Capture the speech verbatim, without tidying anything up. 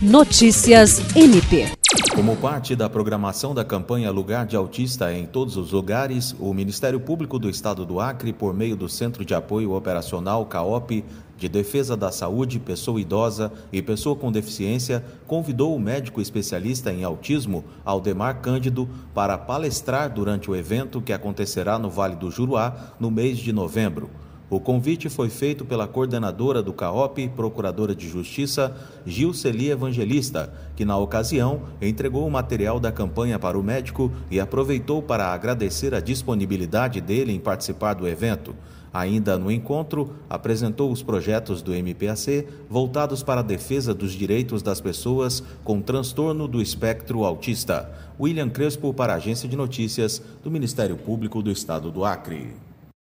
Notícias M P. Como parte da programação da campanha Lugar de Autista em Todos os Lugares, o Ministério Público do Estado do Acre, por meio do Centro de Apoio Operacional CAOP, de Defesa da Saúde, Pessoa Idosa e Pessoa com Deficiência, convidou o médico especialista em autismo, Aldemar Cândido, para palestrar durante o evento que acontecerá no Vale do Juruá, no mês de novembro. O convite foi feito pela coordenadora do CAOP, Procuradora de Justiça, Gilceli Evangelista, que na ocasião entregou o material da campanha para o médico e aproveitou para agradecer a disponibilidade dele em participar do evento. Ainda no encontro, apresentou os projetos do M P A C voltados para a defesa dos direitos das pessoas com transtorno do espectro autista. William Crespo para a Agência de Notícias do Ministério Público do Estado do Acre.